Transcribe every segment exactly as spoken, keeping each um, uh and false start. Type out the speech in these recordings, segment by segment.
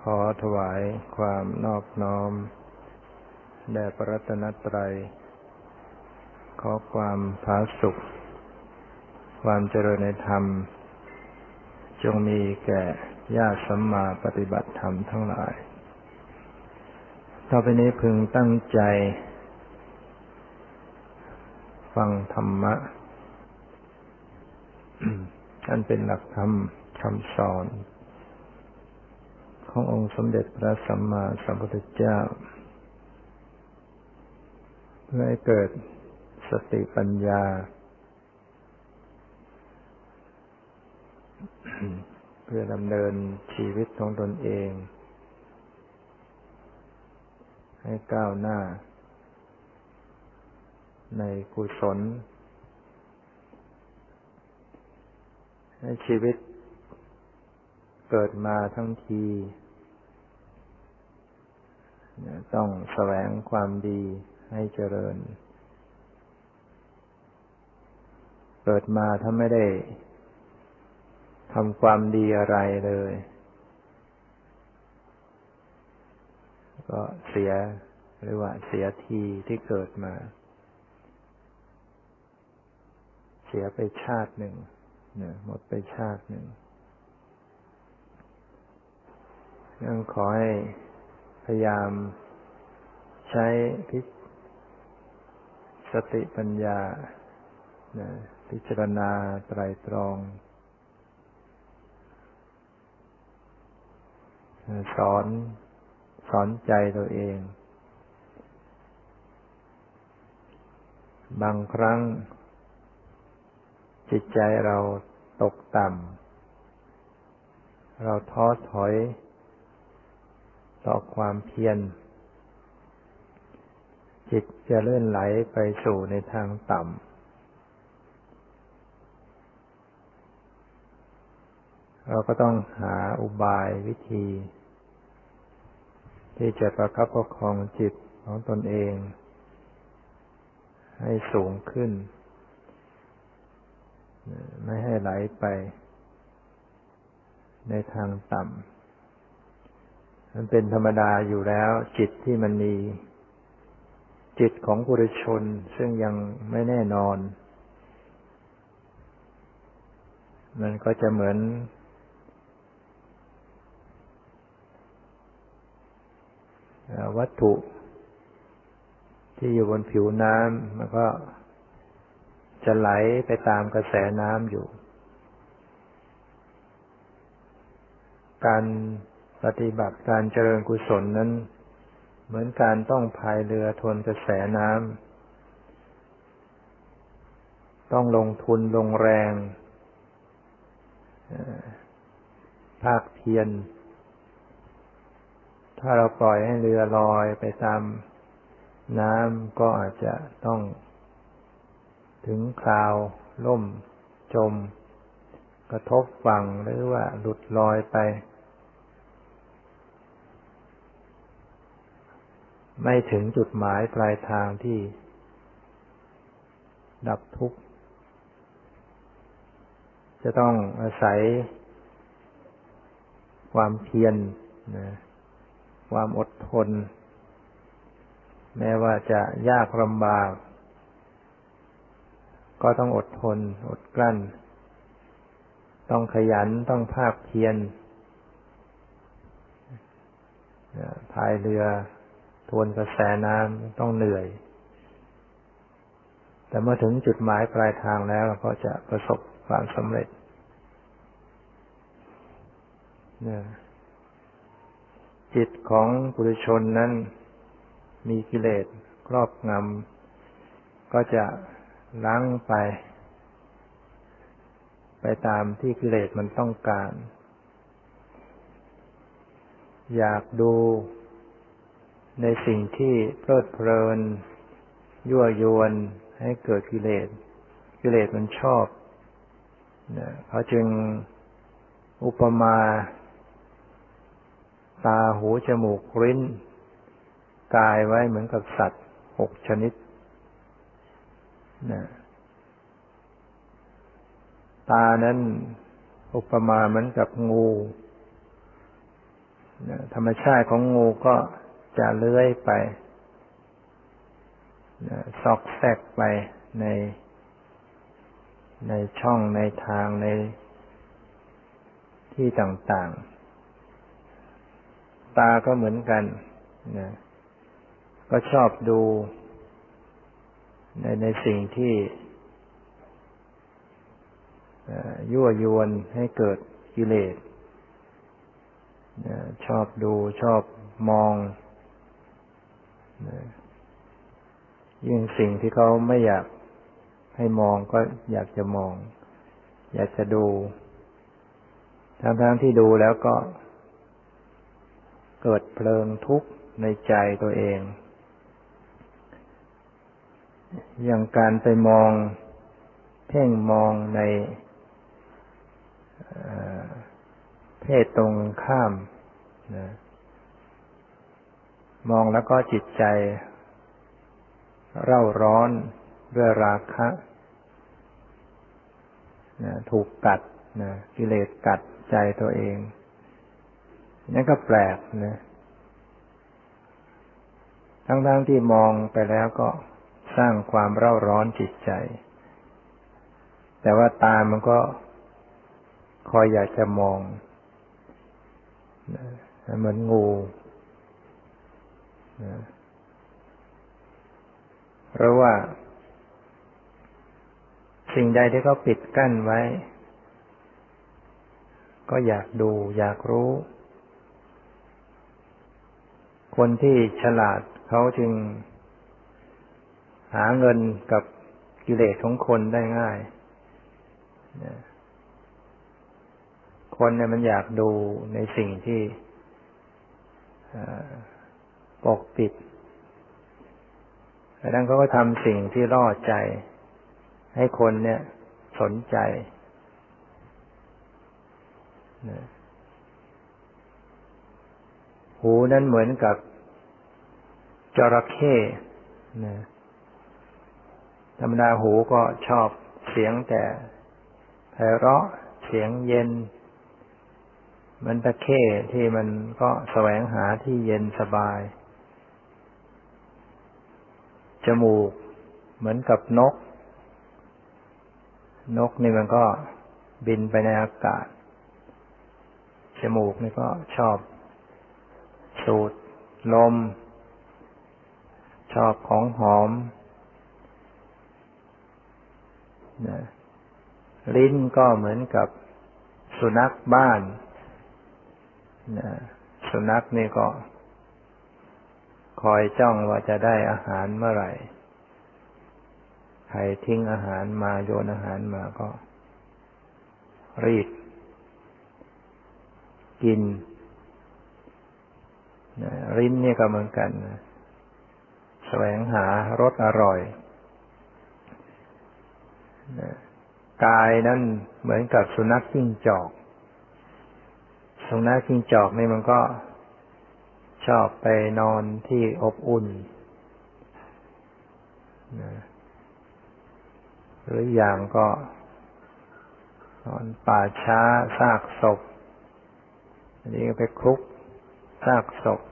อถวายความนอบน้อมแด่พระรัตนตรัยขอความผาสุกความเจริญในธรรมจงมีแก่ญาติสัมมาปฏิบัติธรรมทั้งหลายต่อไปนี้พึงตั้งใจฟังธรรมะ อันเป็นหลักธรรมคำสอนขององค์สมเด็จพระสัมมาสัมพุทธเจ้าเพื่อให้เกิดสติปัญญาเพื่อดำเนินชีวิตของตนเองให้ก้าวหน้าในกุศลให้ชีวิตเกิดมาทั้งทีต้องแสวงความดีให้เจริญเกิดมาถ้าไม่ได้ทำความดีอะไรเลยก็เสียหรือว่าเสียทีที่เกิดมาเสียไปชาติหนึ่งหมดไปชาติหนึ่งยังขอให้พยายามใช้สติปัญญาพิจารณาไตร่ตรองสอนสอนใจตัวเองบางครั้งจิตใจเราตกต่ำเราท้อถอยต่อความเพียรจิตจะเลื่อนไหลไปสู่ในทางต่ำเราก็ต้องหาอุบายวิธีที่จะประคับประคองจิตของตนเองให้สูงขึ้นไม่ให้ไหลไปในทางต่ำมันเป็นธรรมดาอยู่แล้วจิตที่มันมีจิตของปุถุชนซึ่งยังไม่แน่นอนมันก็จะเหมือนวัตถุที่อยู่บนผิวน้ำมันก็จะไหลไปตามกระแสน้ำอยู่การปฏิบัติการเจริญกุศลนั้นเหมือนการต้องพายเรือทวนกระแสน้ำต้องลงทุนลงแรงภาคเพียรถ้าเราปล่อยให้เรือลอยไปตามน้ำก็อาจจะต้องถึงคราวล่มจมกระทบฝั่งหรือว่าหลุดลอยไปไม่ถึงจุดหมายปลายทางที่ดับทุกข์จะต้องอาศัยความเพียรนะความอดทนแม้ว่าจะยากลำบากก็ต้องอดทนอดกลั้นต้องขยันต้องภาคเพียรพายเรือทวนกระแสน้ำต้องเหนื่อยแต่เมื่อถึงจุดหมายปลายทางแล้วก็จะประสบความสำเร็จจิตของปุถุชนนั้นมีกิเลสครอบงำก็จะลั้งไปไปตามที่กิเลสมันต้องการอยากดูในสิ่งที่เพลิดเพลินยั่วยวนให้เกิดกิเลสกิเลสมันชอบเนี่ยเขาจึงอุปมาตาหูจมูกลิ้นกายไว้เหมือนกับสัตว์หกชนิดนะตานั้นอุปมาเหมือนกับงูธรรมชาติของงูก็จะเลื้อยไปซอกแซกไปในในช่องในทางในที่ต่างๆตาก็เหมือนกันนะก็ชอบดูในในสิ่งที่ยั่วยวนให้เกิดกิเลสชอบดูชอบมองยิ่งสิ่งที่เขาไม่อยากให้มองก็อยากจะมองอยากจะดูทั้งๆที่ดูแล้วก็เกิดเพลิงทุกข์ในใจตัวเองอย่างการไปมองเพ่งมองในเพศตรงข้ามนะมองแล้วก็จิตใจเร่าร้อนด้วยราคะนะถูกกัดนะกิเลสกัดใจตัวเองนั่นก็แปลกนะทั้งๆที่มองไปแล้วก็สร้างความเร่าร้อนจิตใจแต่ว่าตามันก็คอยอยากจะมองเหมือนงูเพราะว่าสิ่งใดที่เขาปิดกั้นไว้ก็อยากดูอยากรู้คนที่ฉลาดเขาจึงหาเงินกับกิเลสของคนได้ง่ายคนเนี่ยมันอยากดูในสิ่งที่ปกปิดดังนั้นเขาก็ทำสิ่งที่ล่อใจให้คนเนี่ยสนใจหูนั้นเหมือนกับจระเข้ธรรมดาหูก็ชอบเสียงแต่ไพเราะเสียงเย็นเหมือนตะเข้ที่มันก็แสวงหาที่เย็นสบายจมูกเหมือนกับนกนกนี่มันก็บินไปในอากาศจมูกนี่ก็ชอบสูดลมชอบของหอมนะลิ้นก็เหมือนกับสุนัขบ้านนะสุนัขนี่ก็คอยจ้องว่าจะได้อาหารเมื่อไหร่ใครทิ้งอาหารมาโยนอาหารมาก็รีบกินนะลิ้นนี่ก็เหมือนกันนะแสวงหารสอร่อยนะกายนั้นเหมือนกับสุนัขจิ้งจอกสุนัขจิ้งจอกนี่มันก็ชอบไปนอนที่อบอุ่นนะหรืออย่างก็นอนป่าช้าซากศพอันนี้ก็ไปคลุกซากศพ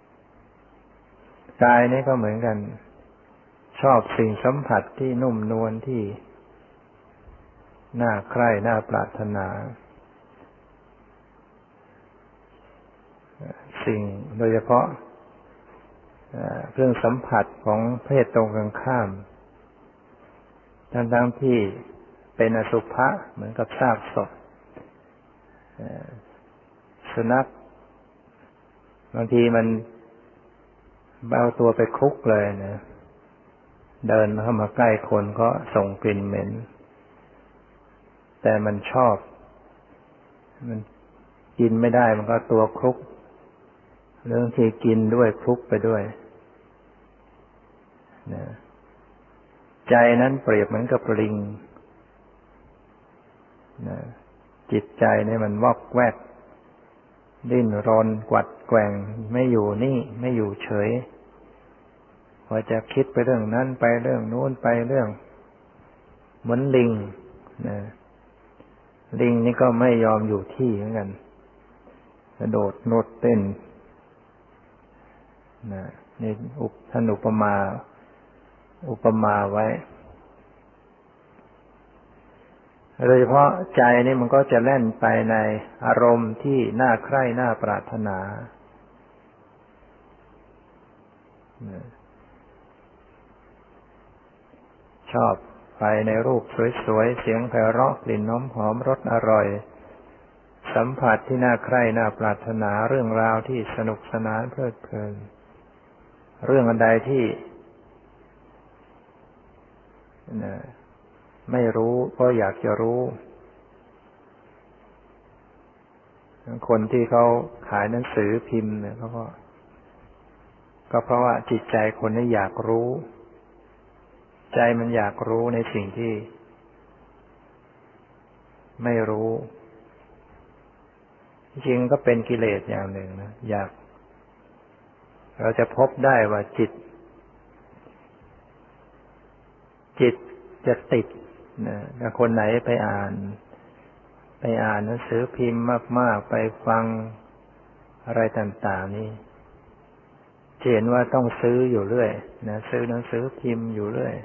กายนี่ก็เหมือนกันชอบสิ่งสัมผัสที่นุ่มนวลที่น่าใคร่น่าปรารถนาสิ่งโดยเฉพาะเครื่องสัมผัสของเพศตรงกันข้ามทั้งๆที่เป็นอสุภะเหมือนกับซากศพสุนัขบางทีมันเอาตัวไปคลุกเลยนะเดินเข้ามาใกล้คนก็ส่งกลิ่นเหม็นแต่มันชอบมันกินไม่ได้มันก็ตัวคลุกเรื่องที่กินด้วยคลุกไปด้วยนะใจนั้นเปรียบเหมือนกับลิงนะจิตใจนี่มันวอกแวกดิ้นรนกวัดแกว่งไม่อยู่นี่ไม่อยู่เฉยพอจะคิดไปเรื่องนั้นไปเรื่องโน้นไปเรื่องเหมือนลิงนะลิงนี่ก็ไม่ยอมอยู่ที่เหมือนกันกระโดดโนดเต้นนะนี่ท่านอุปมาอุปมาไว้โดยเฉพาะใจนี่มันก็จะแล่นไปในอารมณ์ที่น่าใคร่น่าปรารถนาชอบไปในรูปสวยๆเสียงไพเราะกลิ่นน้ำหอมรสอร่อยสัมผัสที่น่าใคร่น่าปรารถนาเรื่องราวที่สนุกสนานเพลิดเพลินเรื่องอันใดที่ไม่รู้ก็อยากจะรู้คนที่เขาขายหนังสือพิมพ์เนี่ยเขาก็ก็เพราะว่าจิตใจคนนี้อยากรู้ใจมันอยากรู้ในสิ่งที่ไม่รู้จริงก็เป็นกิเลสอย่างหนึ่งนะอยากเราจะพบได้ว่าจิตจิตจะติดนะถ้าคนไหนไปอ่านไปอ่านหนังสือพิมพ์มากๆไปฟังอะไรต่างๆนี่เห็นว่าต้องซื้ออยู่เรื่อยนะซื้อหนังสือพิมพ์อยู่เรื่อย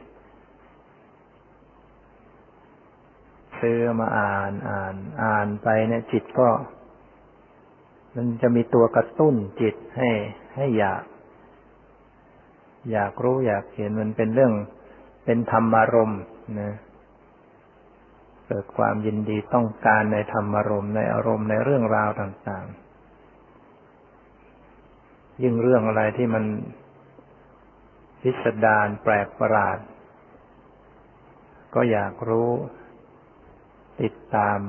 ซื้อมาอ่านอ่านอ่านไปเนี่ยจิตก็มันจะมีตัวกระตุ้นจิตให้ให้อยากอยากรู้อยากเห็นมันเป็นเรื่องเป็นธรรมารมณ์นะเกิดความยินดีต้องการในธรรมารมณ์ในอารมณ์ในเรื่องราวต่างๆยิ่งเรื่องอะไรที่มันพิสดารแปลกประหลาดก็อยากรู้ติดตาม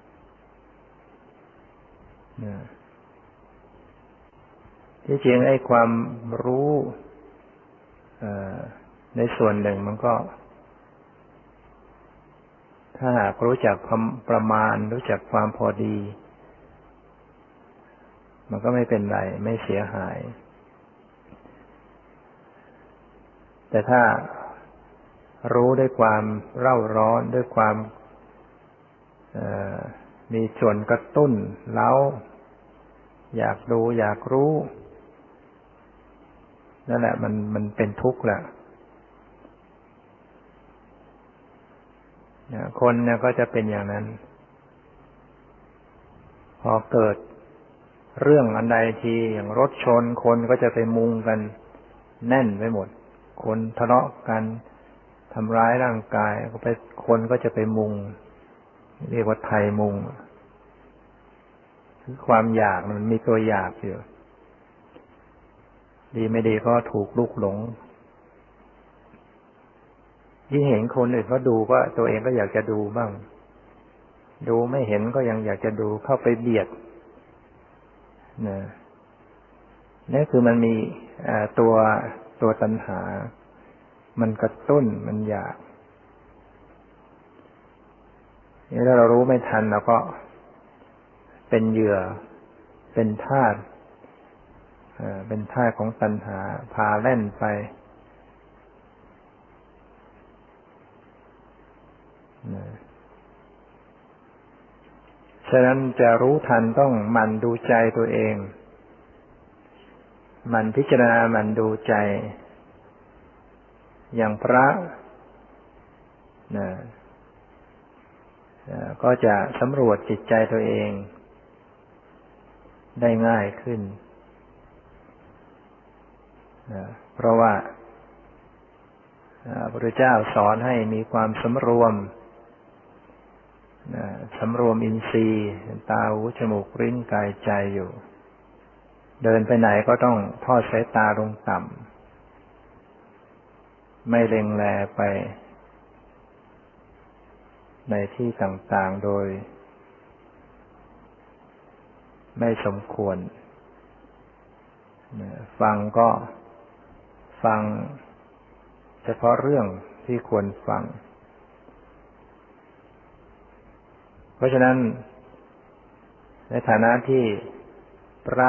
นะที่จริงไอ้ความรู้ในส่วนหนึ่งมันก็ถ้าหากรู้จักประมาณรู้จักความพอดีมันก็ไม่เป็นไรไม่เสียหายแต่ถ้ารู้ด้วยความเร่าร้อนด้วยความมีส่วนกระตุ้นเร้าอยากดูอยากรู้นั่นแหละมันมันเป็นทุกข์แหละคนเนี่ยก็จะเป็นอย่างนั้นพอเกิดเรื่องอันใดทีอย่างรถชนคนก็จะไปมุงกันแน่นไปหมดคนทะเลาะกันทำร้ายร่างกายก็ไปคนก็จะไปมุงเรียกว่าไทยมุงคือความอยากมันมีตัวอยากอยู่ดีไม่ดีก็ถูกลุกหลงยิ่งเห็นคนอื่นเขาดูก็ตัวเองก็อยากจะดูบ้างดูไม่เห็นก็ยังอยากจะดูเข้าไปเบียดนะนี่คือมันมีตัวตัวตัณหามันกระตุ้นมันอยากนี่ถ้าเรารู้ไม่ทันเราก็เป็นเหยื่อเป็นทาสเป็นทาสของตัณหาพาแล่นไปฉะนั้นจะรู้ทันต้องหมั่นดูใจตัวเองหมั่นพิจารณาหมั่นดูใจอย่างพระนะก็จะสำรวจจิตใจตัวเองได้ง่ายขึ้นนะเพราะว่าพระพุทธเจ้าสอนให้มีความสำรวมสำรวมอินทรีย์ตาหูจมูกลิ้นกายใจอยู่เดินไปไหนก็ต้องทอดสายตาลงต่ำไม่เล็งแลไปในที่ต่างๆโดยไม่สมควรฟังก็ฟังเฉพาะเรื่องที่ควรฟังเพราะฉะนั้นในฐานะที่พระ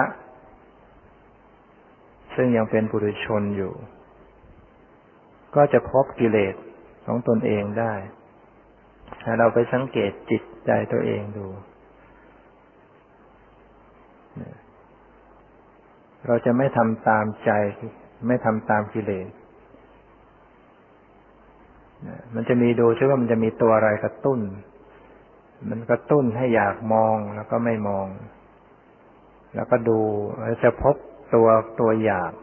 ซึ่งยังเป็นปุถุชนอยู่ก็จะพบกิเลสของตนเองได้ถ้าเราไปสังเกตจิตใจตัวเองดูเราจะไม่ทำตามใจไม่ทำตามกิเลสมันจะมีดูใช่ว่ามันจะมีตัวอะไรกระตุ้นมันกระตุ้นให้อยากมองแล้วก็ไม่มองแล้วก็ดูแล้วจะพบตัวตัวอยาก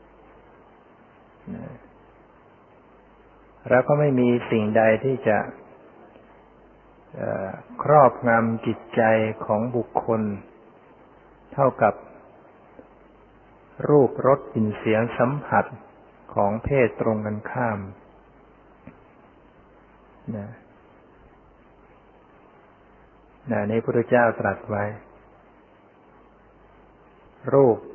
แล้วก็ไม่มีสิ่งใดที่จะครอบงำจิตใจของบุคคลเท่ากับรูปรสกลิ่นเสียงสัมผัสของเพศตรงกันข้ามนะนะนี่พระพุทธเจ้าตรัสไว้รูป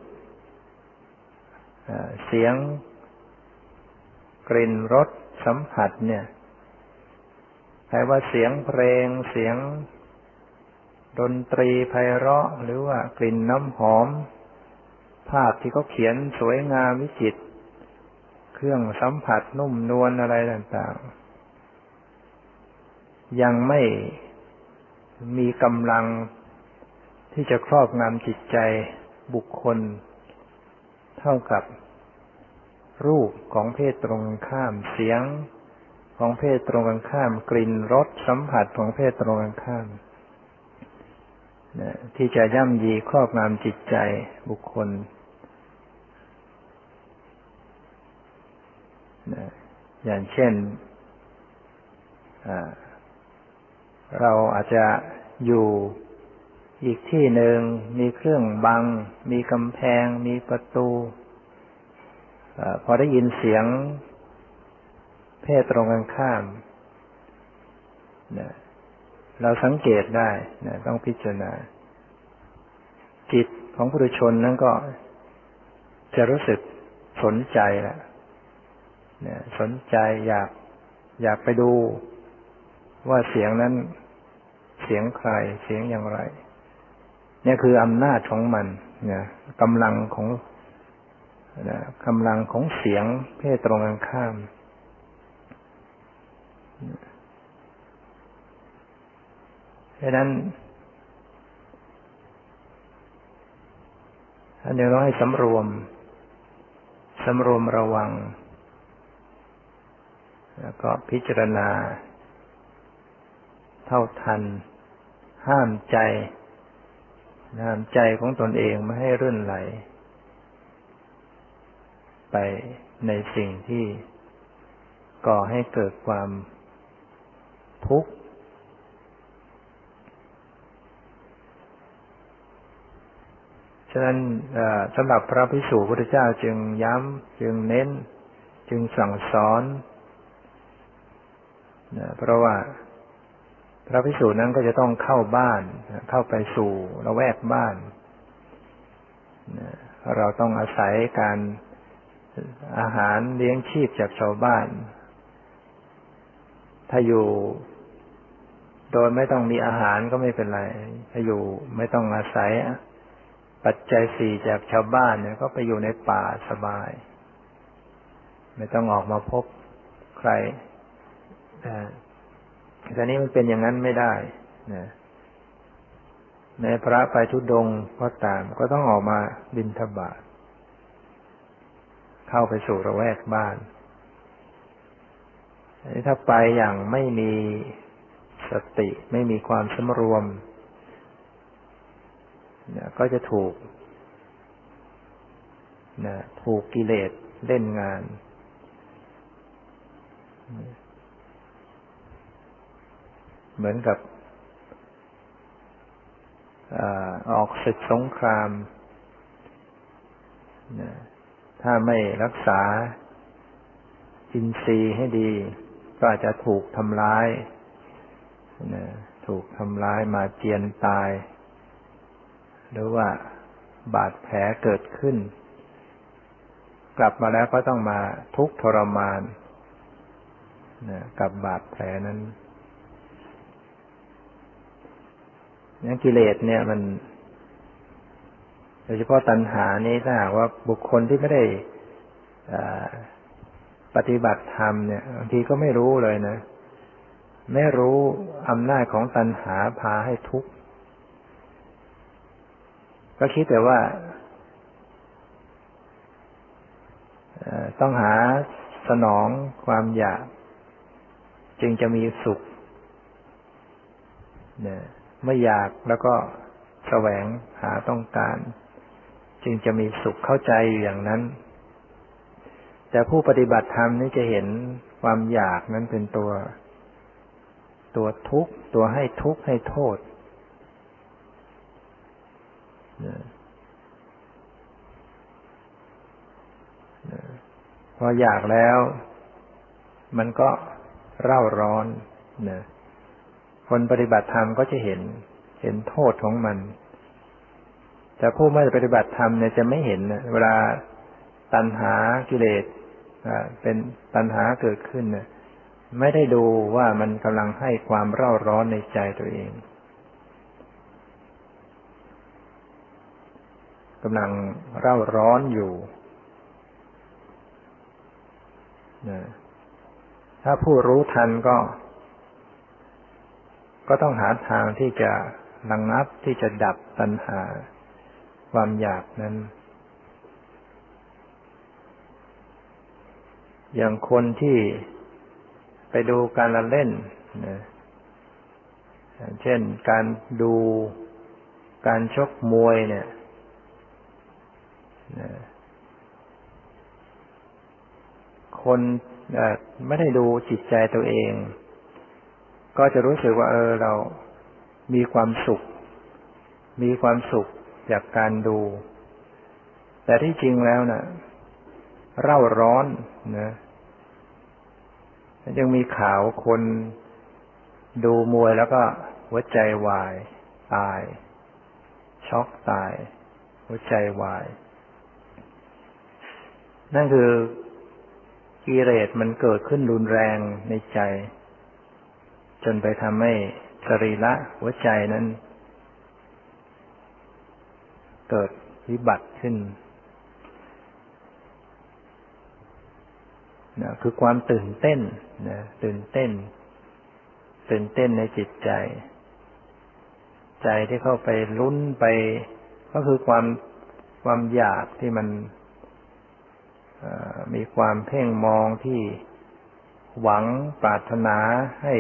เสียงกลิ่นรสสัมผัสเนี่ยแปลว่าเสียงเพลงเสียงดนตรีไพเราะหรือว่ากลิ่นน้ำหอมภาพที่เขาเขียนสวยงามวิจิตรเครื่องสัมผัสนุ่มนวลอะไรต่างๆยังไม่มีกำลังที่จะครอบงำจิตใจบุคคลเท่ากับรูปของเพศตรงกันข้ามเสียงของเพศตรงกันข้ามกลิ่นรสสัมผัสของเพศตรงกันข้ามที่จะย่ำยีครอบงำจิตใจบุคคลอย่างเช่นเราอาจจะอยู่อีกที่หนึ่งมีเครื่องบังมีกำแพงมีประตูพอได้ยินเสียงเพศตรงกันข้ามเราสังเกตได้ต้องพิจารณาจิตของปุถุชนนั้นก็จะรู้สึกสนใจละสนใจอยากอยากไปดูว่าเสียงนั้นเสียงใครเสียงอย่างไรเนี่ยคืออำนาจของมันเนี่ยกำลังของนะกำลังของเสียงเพศตรงกันข้ามเพราะนั้นอันนี้เราให้สำรวมสำรวมระวังแล้วก็พิจารณาเท่าทันห้ามใจห้ามใจของตนเองไม่ให้รื่นไหลไปในสิ่งที่ก่อให้เกิดความทุกข์ฉะนั้นสำหรับพระภิกษุพุทธเจ้าจึงย้ำจึงเน้นจึงสั่งสอนเพราะว่าพระภิกษุนั้นก็จะต้องเข้าบ้านเข้าไปสู่ละแวกบ้านเราต้องอาศัยการอาหารเลี้ยงชีพจากชาวบ้านถ้าอยู่โดยไม่ต้องมีอาหารก็ไม่เป็นไรถ้าอยู่ไม่ต้องอาศัยปัจจัยสี่จากชาวบ้านเนี่ยก็ไปอยู่ในป่าสบายไม่ต้องออกมาพบใครแต่นี้มันเป็นอย่างนั้นไม่ได้นะในพระไปธุดงค์ก็ตามก็ต้องออกมาบิณฑบาตเข้าไปสู่ระแวกบ้านถ้าไปอย่างไม่มีสติไม่มีความสำรวมเนี่ยก็จะถูกนะถูกกิเลสเล่นงานเหมือนกับออกศึกสงครามนะถ้าไม่รักษาอินทรีย์ให้ดีก็อาจจะถูกทำร้ายนะถูกทำร้ายมาเจียนตายหรือว่าบาดแผลเกิดขึ้นกลับมาแล้วก็ต้องมาทุกข์ทรมานนะกับบาดแผลนั้นนั่นกิเลสเนี่ยมันโดยเฉพาะตัณหานี้ถ้าหากว่าบุคคลที่ไม่ได้ปฏิบัติธรรมเนี่ยบางทีก็ไม่รู้เลยนะไม่รู้อำนาจของตัณหาพาให้ทุกข์ก็คิดแต่ว่าต้องหาสนองความอยากจึงจะมีสุขไม่อยากแล้วก็แสวงหาต้องการจึงจะมีสุขเข้าใจอยู่อย่างนั้นแต่ผู้ปฏิบัติธรรมนี่จะเห็นความอยากนั้นเป็นตัวตัวทุกข์ตัวให้ทุกข์ให้โทษพออยากแล้วมันก็เร่าร้อนนะคนปฏิบัติธรรมก็จะเห็นเห็นโทษของมันแต่ผู้ไม่ปฏิบัติธรรมเนี่ยจะไม่เห็นนะเวลาตัณหากิเลสเป็นตัณหาเกิดขึ้นเนี่ยไม่ได้ดูว่ามันกำลังให้ความเร่าร้อนในใจตัวเองกำลังเร่าร้อนอยู่นะถ้าผู้รู้ทันก็ก็ต้องหาทางที่จะระงับที่จะดับตัณหาความอยากนั้นอย่างคนที่ไปดูการละเล่นนะเช่นการดูการชกมวยเนี่ยนะคนไม่ได้ดูจิตใจตัวเองก็จะรู้สึกว่าเออเรามีความสุขมีความสุขจากการดูแต่ที่จริงแล้วน่ะเร่าร้อนนะยังมีข่าวคนดูมวยแล้วก็หัวใจวายตายช็อกตายหัวใจวายนั่นคือกิเลสมันเกิดขึ้นรุนแรงในใจจนไปทำให้สรีระหัวใจนั้นเกิดวิบัติขึ้นนะคือความตื่นเต้นนะตื่นเต้นตื่นเต้นในจิตใจใจที่เข้าไปลุ้นไปก็คือความความอยากที่มันมีความเพ่งมองที่หวังปรารถนาให้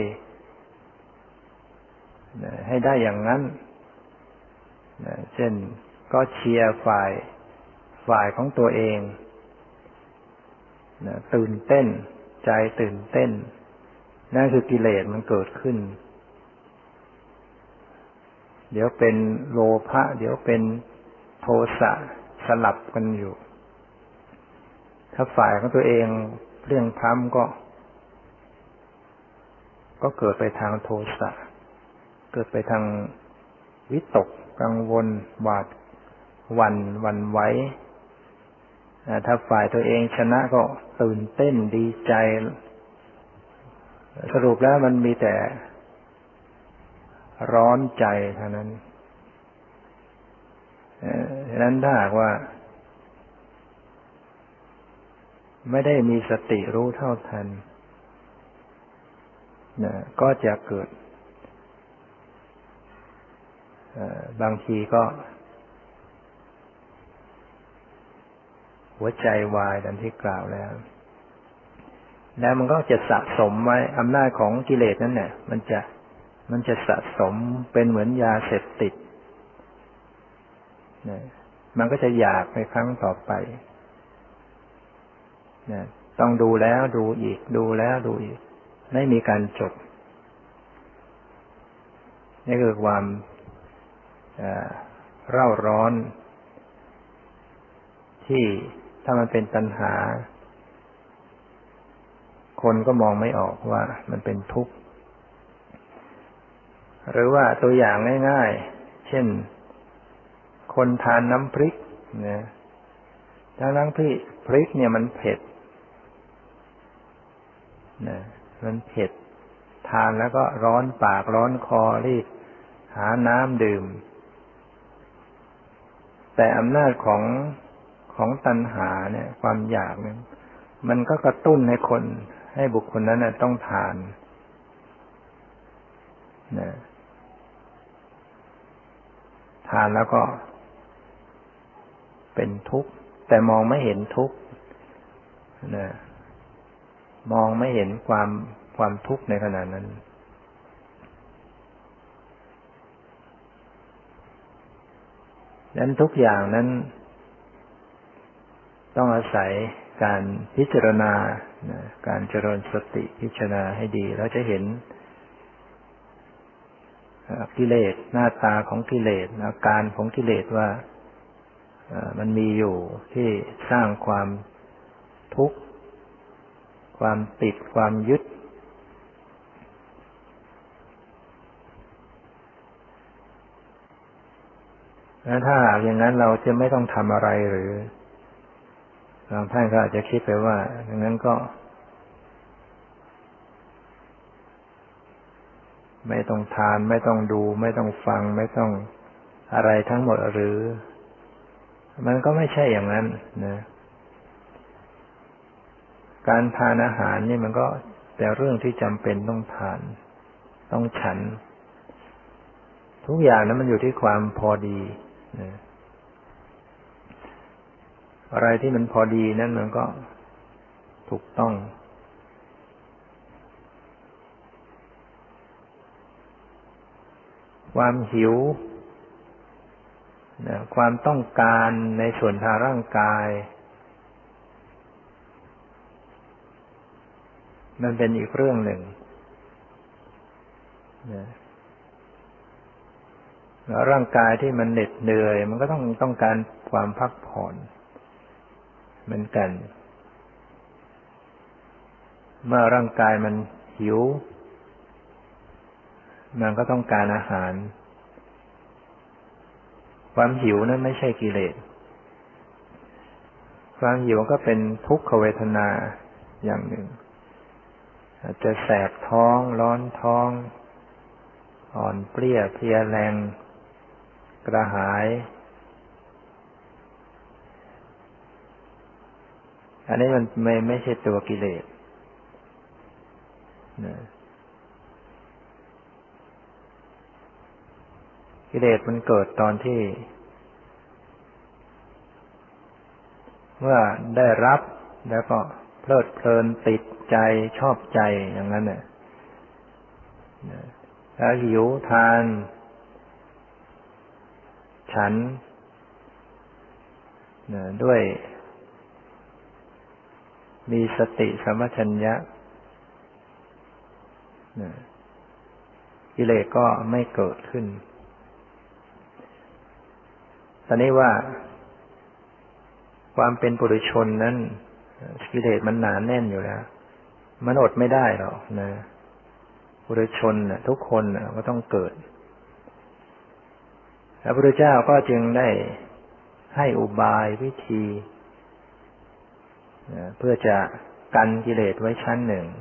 ให้ได้อย่างนั้นเช่นก็เชียร์ฝ่ายฝ่ายของตัวเองตื่นเต้นใจตื่นเต้นนั่นคือกิเลสมันเกิดขึ้นเดี๋ยวเป็นโลภะเดี๋ยวเป็นโทสะสลับกันอยู่ถ้าฝ่ายของตัวเองเพลี่ยงพล้ำก็ก็เกิดไปทางโทสะเกิดไปทางวิตกกังวลหวาดหวั่นหวั่นไหวถ้าฝ่ายตัวเองชนะก็ตื่นเต้นดีใจสรุปแล้วมันมีแต่ร้อนใจเท่านั้นฉะนั้นถ้าหากว่าไม่ได้มีสติรู้เท่าทันนะก็จะเกิดบางทีก็หัวใจวายดังที่กล่าวแล้วแล้วมันก็จะสะสมไว้อำนาจของกิเลสนั้นเนี่ยมันจะมันจะสะสมเป็นเหมือนยาเสพติดนะมันก็จะอยากในครั้งต่อไปนะต้องดูแล้วดูอีกดูแล้วดูอีกไม่มีการจบนี่คือความเร่าร้อนที่ถ้ามันเป็นตัณหาคนก็มองไม่ออกว่ามันเป็นทุกข์หรือว่าตัวอย่างง่ายๆเช่นคนทานน้ำพริกนะทั้งๆที่พริกเนี่ยมันเผ็ดนะมันเผ็ดทานแล้วก็ร้อนปากร้อนคอรีบหาน้ำดื่มแต่อำนาจของของตัณหาเนี่ยความอยากเนี่ยมันก็กระตุ้นให้คนให้บุคคลนั้นน่ะต้องทานนะทานแล้วก็เป็นทุกข์แต่มองไม่เห็นทุกข์นะมองไม่เห็นความความทุกข์ในขณะนั้นดังนั้นทุกอย่างนั้นต้องอาศัยการพิจารณาการเจริญสติพิจารณาให้ดีแล้วจะเห็นกิเลสหน้าตาของกิเลสอาการของกิเลสว่ามันมีอยู่ที่สร้างความทุกข์ความติดความยึดแล้วถ้าอย่างนั้นเราจะไม่ต้องทำอะไรหรือบางท่านก็อาจจะคิดไปว่าอย่างนั้นก็ไม่ต้องทานไม่ต้องดูไม่ต้องฟังไม่ต้องอะไรทั้งหมดหรือมันก็ไม่ใช่อย่างนั้นนะการทานอาหารนี่มันก็แต่เรื่องที่จำเป็นต้องทานต้องฉันทุกอย่างนั้นมันอยู่ที่ความพอดีนะอะไรที่มันพอดีนั่นมันก็ถูกต้องความหิวนะความต้องการในส่วนทางร่างกายมันเป็นอีกเรื่องหนึ่งนะแล้วร่างกายที่มันเหน็ดเหนื่อยมันก็ต้องต้องการความพักผ่อนเหมือนกันเมื่อร่างกายมันหิวมันก็ต้องการอาหารความหิวนั้นไม่ใช่กิเลสความหิวก็เป็นทุกขเวทนาอย่างหนึ่งอาจจะแสบท้องร้อนท้องอ่อนเปลี้ยเพลียแรงกระหายอันนี้มันไม่ไม่ใช่ตัวกิเลสนะกิเลสมันเกิดตอนที่เมื่อได้รับแล้วก็เพลิดเพลินติดใจชอบใจอย่างนั้นเนี่ยแล้วหิวทานฉันด้วยมีสติสัมปชัญญะกิเลสก็ไม่เกิดขึ้นตอนนี้ว่าความเป็นปุถุชนนั้นกิเลสมันหนาแน่นอยู่แล้วมันอดไม่ได้หรอกนะปุถุชนน่ะทุกคนน่ะก็ต้องเกิดพระพุทธเจ้าก็จึงได้ให้อุบายวิธีเพื่อจะกันกิเลสไว้ชั้นหนึ่ง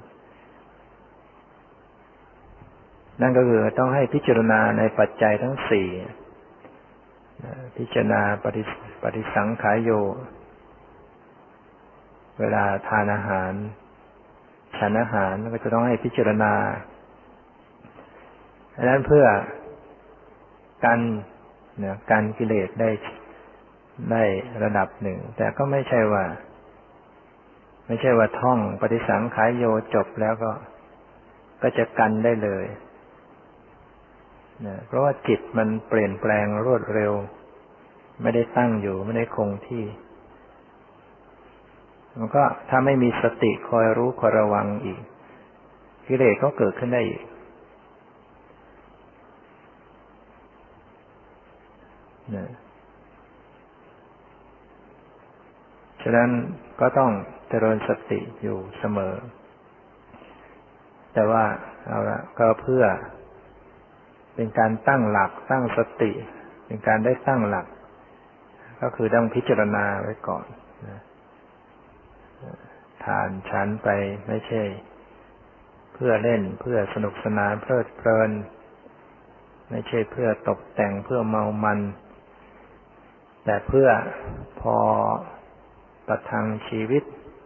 นั่นก็คือต้องให้พิจารณาในปัจจัยทั้งสี่พิจารณาปฏิปฏิสังขายโยเวลาทานอาหารฉันอาหารก็จะต้องให้พิจารณาดังนั้นเพื่อกันเนี่ยกันกิเลสได้ได้ระดับหนึ่งแต่ก็ไม่ใช่ว่าไม่ใช่ว่าท่องปฏิสังขายโยจบแล้วก็ก็จะกันได้เลยนะเพราะว่าจิตมันเปลี่ยนแปลงรวดเร็วไม่ได้ตั้งอยู่ไม่ได้คงที่มันก็ถ้าไม่มีสติคอยรู้คอยระวังอีกกิเลสก็เกิดขึ้นได้อีกนะฉะนั้นก็ต้องเจริญสติอยู่เสมอแต่ว่าเอาละก็เพื่อเป็นการตั้งหลักตั้งสติเป็นการได้ตั้งหลักก็คือต้องพิจารณาไว้ก่อนนะทานฉันไปไม่ใช่เพื่อเล่นเพื่อสนุกสนานเพลิดเพลินไม่ใช่เพื่อตกแต่งเพื่อเมามันแต่เพื่อพอประทังชีวิต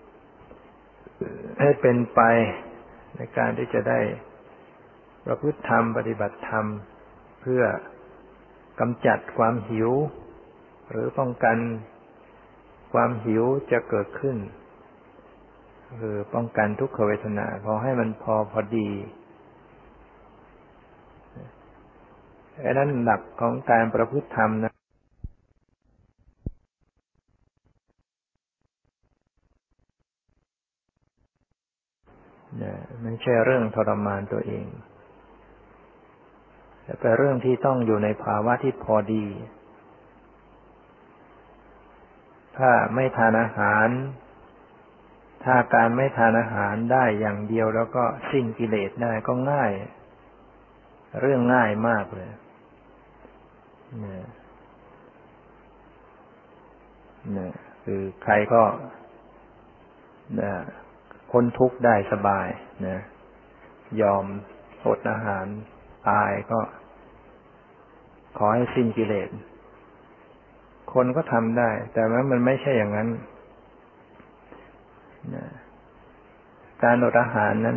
ให้เป็นไปในการที่จะได้ประพฤติธรรมปฏิบัติธรรมเพื่อกำจัดความหิวหรือป้องกันความหิวจะเกิดขึ้นคือป้องกันทุกขเวทนาพอให้มันพอพอดีดังนั้นหลักของการประพฤติธรรมนะไม่ใช่เรื่องทรมานตัวเองแต่เป็นเรื่องที่ต้องอยู่ในภาวะที่พอดีถ้าไม่ทานอาหารถ้าการไม่ทานอาหารได้อย่างเดียวแล้วก็สิ้นกิเลสได้ก็ง่ายเรื่องง่ายมากเลยเนี่ยเนี่ยคือใครก็เนี่ยพ้นทุกข์ได้สบายนะยอมอดอาหารตายก็ขอให้สิ้นกิเลสคนก็ทำได้แต่ว่ามันไม่ใช่อย่างนั้นนะการอดอาหารนั้น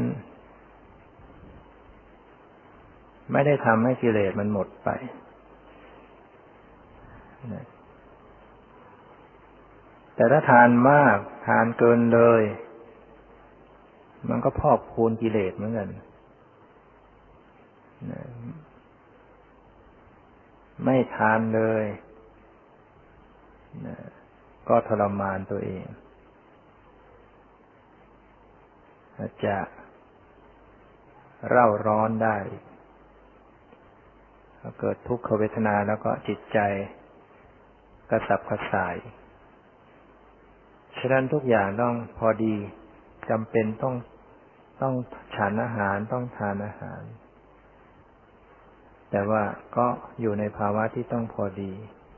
ไม่ได้ทำให้กิเลสมันหมดไปนะแต่ถ้าทานมากทานเกินเลยมันก็พอกพูนกิเลสเหมือนกันนะไม่ทานเลยนะก็ทรมานตัวเองอาจจะเร่าร้อนได้ถ้าเกิดทุกขเวทนาแล้วก็จิตใจกระสับกระส่ายฉะนั้นทุกอย่างต้องพอดีจำเป็นต้องต้องฉันอาหารต้องทานอาหารแต่ว่าก็อยู่ในภาวะที่ต้องพอดี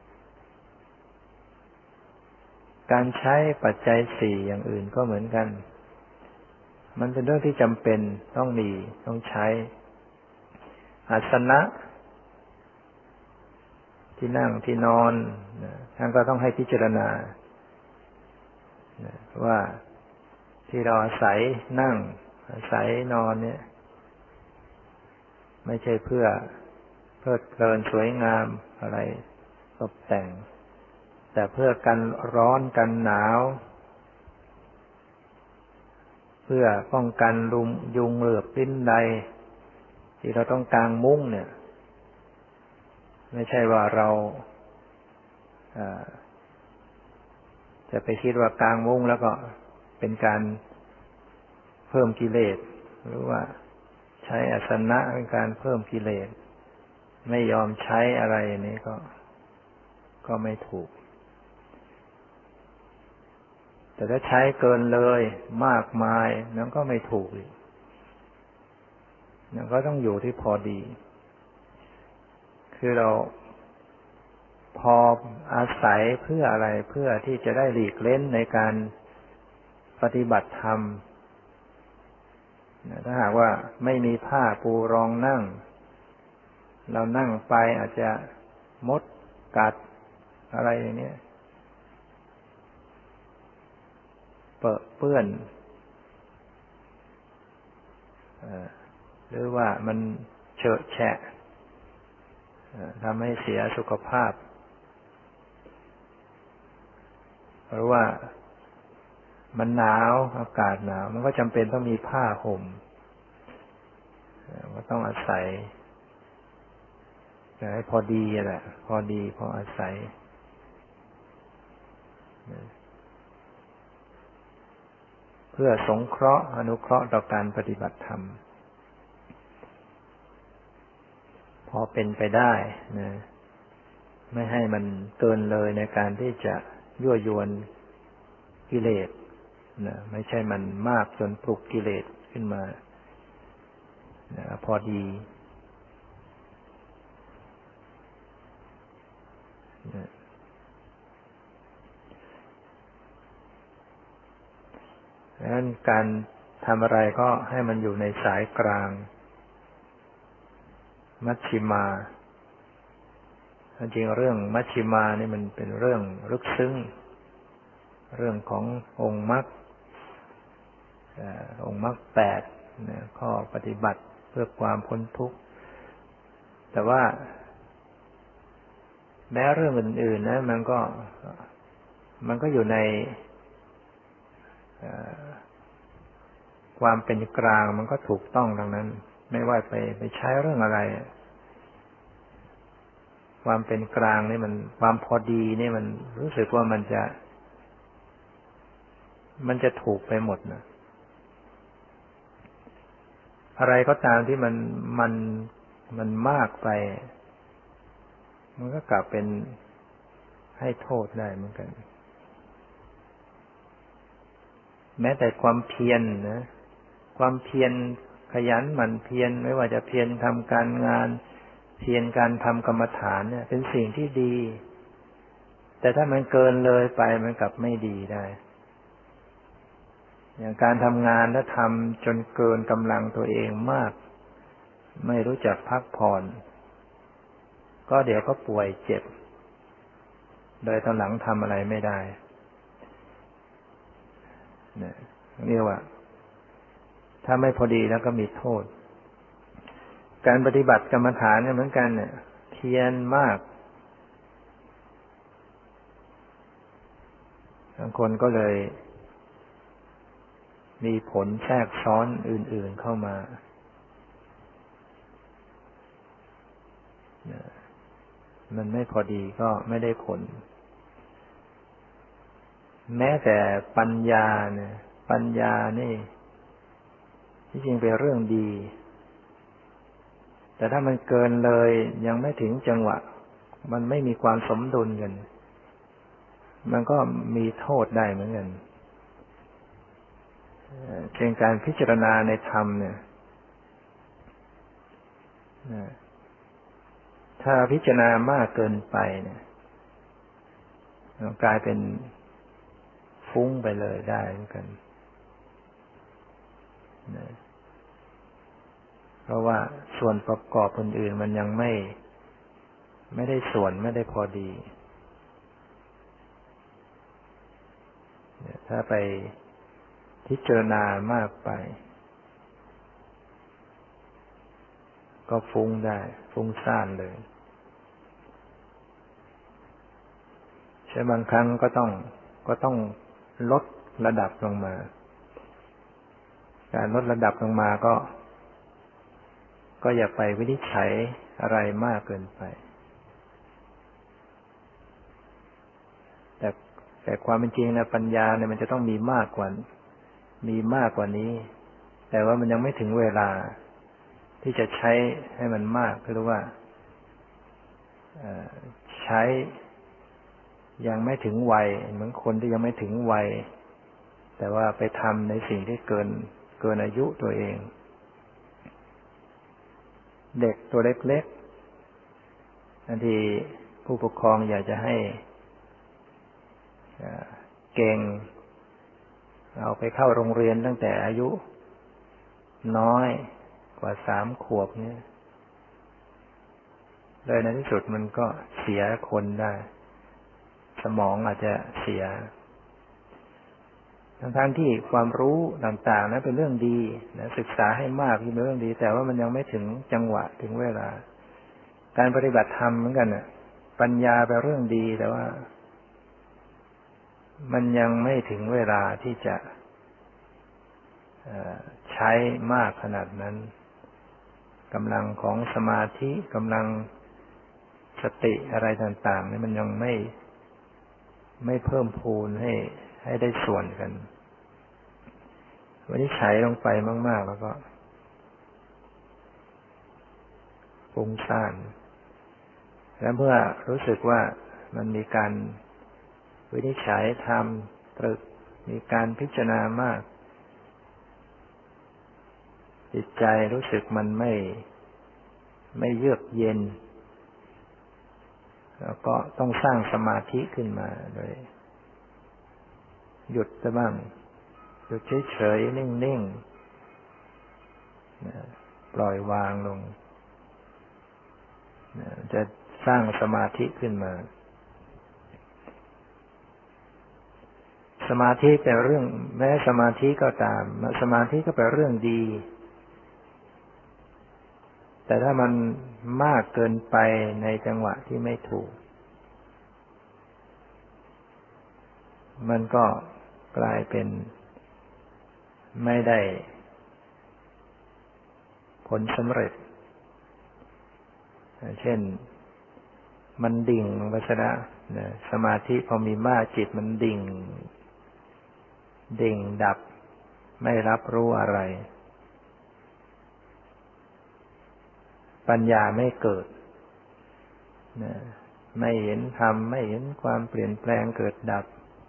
การใช้ปัจจัยสี่อย่างอื่นก็เหมือนกันมันเป็นเรื่องที่จำเป็นต้องมีต้องใช้อาสนะที่นั่งที่นอนท่านก็ต้องให้พิจารณาว่าที่เราอาศัยนั่งอาศัยนอนเนี่ยไม่ใช่เพื่อเพลิดเพลินสวยงามอะไรตกแต่งแต่เพื่อกันร้อนกันหนาวเพื่อป้องกันลุมยุงเหลือบลิ้นใดที่เราต้องกางมุ้งเนี่ยไม่ใช่ว่าเราจะไปคิดว่ากางมุ้งแล้วก็เป็นการเพิ่มกิเลสหรือว่าใช้อาสนะเป็นการเพิ่มกิเลสไม่ยอมใช้อะไรนี้ก็ก็ไม่ถูกแต่ถ้าใช้เกินเลยมากมายนั้นก็ไม่ถูกอีกนั่นก็ต้องอยู่ที่พอดีคือเราพออาศัยเพื่ออะไรเพื่อที่จะได้หลีกเล่นในการปฏิบัติธรรมถ้าหากว่าไม่มีผ้าปูรองนั่งเรานั่งไปอาจจะมดกัดอะไรอย่างนี้เปื้อนเปื้อนหรือว่ามันเฉอะแฉะทำให้เสียสุขภาพหรือว่ามันหนาวอากาศหนาวมันก็จำเป็นต้องมีผ้าห่มก็ต้องอาศัยแต่ให้พอดีแหละพอดีพออาศัยเพื่อสงเคราะห์อนุเคราะห์ต่อการปฏิบัติธรรมพอเป็นไปได้นะไม่ให้มันเกินเลยในการที่จะยั่วยวนกิเลสนะไม่ใช่มันมากจนปลุกกิเลสขึ้นมานะพอดีนะดังนั้นการทำอะไรก็ให้มันอยู่ในสายกลางมัชฌิมาจริงๆเรื่องมัชฌิมานี่มันเป็นเรื่องลึกซึ้งเรื่องขององค์มรรคองค์มรรคแปดข้อปฏิบัติเพื่อความพ้นทุกข์แต่ว่าแม้เรื่องอื่นๆนะมันก็มันก็อยู่ในความเป็นกลางมันก็ถูกต้องดังนั้นไม่ว่าไปไปใช้เรื่องอะไรความเป็นกลางนี่มันความพอดีนี่มันรู้สึกว่ามันจะมันจะถูกไปหมดนะอะไรก็ตามที่มันมันมันมากไปมันก็กลับเป็นให้โทษได้เหมือนกันแม้แต่ความเพียรนะความเพียรขยันหมั่นเพียรไม่ว่าจะเพียรทำการงานเพียรการทำกรรมฐานเนี่ยเป็นสิ่งที่ดีแต่ถ้ามันเกินเลยไปมันกลับไม่ดีได้อย่างการทำงานแล้วทำจนเกินกำลังตัวเองมากไม่รู้จักพักผ่อนก็เดี๋ยวก็ป่วยเจ็บโดยตอนหลังทำอะไรไม่ได้เนี่ยเรียกว่าถ้าไม่พอดีแล้วก็มีโทษการปฏิบัติกรรมฐานเนี่ยเหมือนกันเนี่ยเพียรมากบางคนก็เลยมีผลแทรกซ้อนอื่นๆเข้ามามันไม่พอดีก็ไม่ได้ผลแม้แต่ปัญญาเนี่ยปัญญานี่ที่จริงเป็นเรื่องดีแต่ถ้ามันเกินเลยยังไม่ถึงจังหวะมันไม่มีความสมดุลกันมันก็มีโทษได้เหมือนกันเช่นการพิจารณาในธรรมเนี่ยถ้าพิจารณามากเกินไปเนี่ยกลายเป็นฟุ้งไปเลยได้เหมือนกันเพราะว่าส่วนประกอบอื่นๆมันยังไม่ไม่ได้ส่วนไม่ได้พอดีถ้าไปพิจารณามากไปก็ฟุ้งได้ฟุ้งซ่านเลยใช่บางครั้งก็ต้องก็ต้องลดระดับลงมาการลดระดับลงมาก็ก็อย่าไปวินิจฉัยอะไรมากเกินไปแต่แต่ความเป็นจริงนะปัญญาเนี่ยมันจะต้องมีมากกว่ามีมากกว่านี้แต่ว่ามันยังไม่ถึงเวลาที่จะใช้ให้มันมากคือว่าใช้ยังไม่ถึงวัยเหมือนคนที่ยังไม่ถึงวัยแต่ว่าไปทำในสิ่งที่เกินเกินอายุตัวเองเด็กตัวเล็กๆบางทีผู้ปกครองอยากจะให้เก่งเอาไปเข้าโรงเรียนตั้งแต่อายุน้อยกว่าสามขวบเนี่ยเลยในที่สุดมันก็เสียคนได้สมองอาจจะเสียทั้งๆที่ความรู้ต่างๆนั้นเป็นเรื่องดีนะศึกษาให้มากเป็นเรื่องดีแต่ว่ามันยังไม่ถึงจังหวะถึงเวลาการปฏิบัติธรรมเหมือนกันน่ะปัญญาเป็นเรื่องดีแต่ว่ามันยังไม่ถึงเวลาที่จะใช้มากขนาดนั้นกำลังของสมาธิกำลังสติอะไรต่างๆนี่มันยังไม่ไม่เพิ่มพูนให้ให้ได้ส่วนกันวันนี้ใช้ลงไปมากๆแล้วก็ฟุ้งซ่านแล้วเมื่อรู้สึกว่ามันมีการวินิจฉัยธรรมตรึกมีการพิจารณามากจิตใจรู้สึกมันไม่ไม่เยือกเย็นแล้วก็ต้องสร้างสมาธิขึ้นมาโดยหยุดซะบ้างหยุดเฉยๆนิ่งๆปล่อยวางลงจะสร้างสมาธิขึ้นมาสมาธิเป็นเรื่องแม้สมาธิก็ตามสมาธิก็เป็นเรื่องดีแต่ถ้ามันมากเกินไปในจังหวะที่ไม่ถูกมันก็กลายเป็นไม่ได้ผลสำเร็จเช่นมันดิ่งลงไปซะแล้วสมาธิพอมีมากจิตมันดิ่งดิ่งดับไม่รับรู้อะไรปัญญาไม่เกิดไม่เห็นธรรมไม่เห็นความเปลี่ยนแปลงเกิดดับ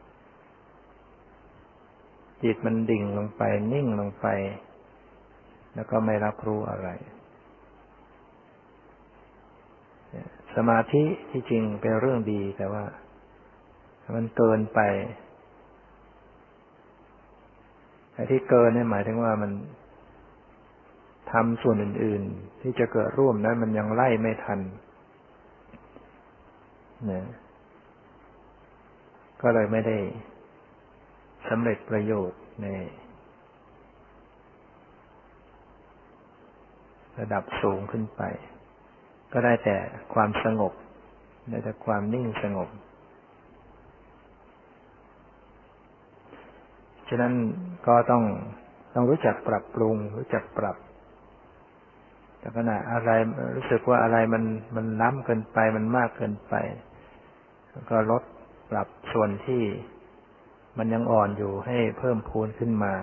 จิตมันดิ่งลงไปนิ่งลงไปแล้วก็ไม่รับรู้อะไรสมาธิที่จริงเป็นเรื่องดีแต่ว่ามันเกินไปไอ้ที่เกินเนี่ยหมายถึงว่ามันทำส่วนอื่นๆที่จะเกิดร่วมนั้นมันยังไล่ไม่ทันนะก็เลยไม่ได้สำเร็จประโยชน์ในระดับสูงขึ้นไปก็ได้แต่ความสงบได้แต่ความนิ่งสงบฉะนั้นก็ต้องต้องรู้จักปรับปรุงรู้จักปรับแต่ขณะอะไรรู้สึกว่าอะไรมันมันล้ำเกินไปมันมากเกินไปก็ลดปรับส่วนที่มันยังอ่อนอยู่ให้เพิ่มพูนขึ้นมา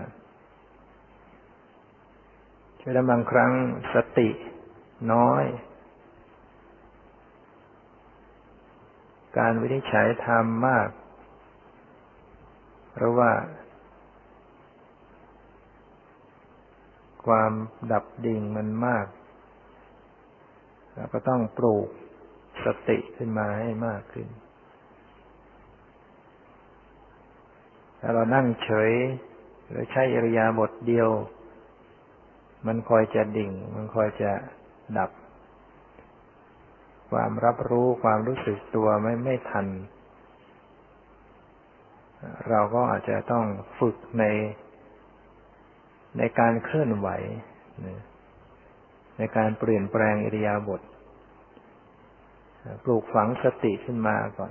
ฉะนั้นบางครั้งสติน้อยการวินิจฉัยธรรมมากเพราะว่าความดับดิ่งมันมากเราก็ต้องปลูกสติขึ้นมาให้มากขึ้นถ้าเรานั่งเฉยหรือใช้อิริยาบถเดียวมันคอยจะดิ่งมันคอยจะดับความรับรู้ความรู้สึกตัวไม่ไม่ทันเราก็อาจจะต้องฝึกในในการเคลื่อนไหวในการเปลี่ยนแปลงอิริยาบถปลูกฝังสติขึ้นมาก่อน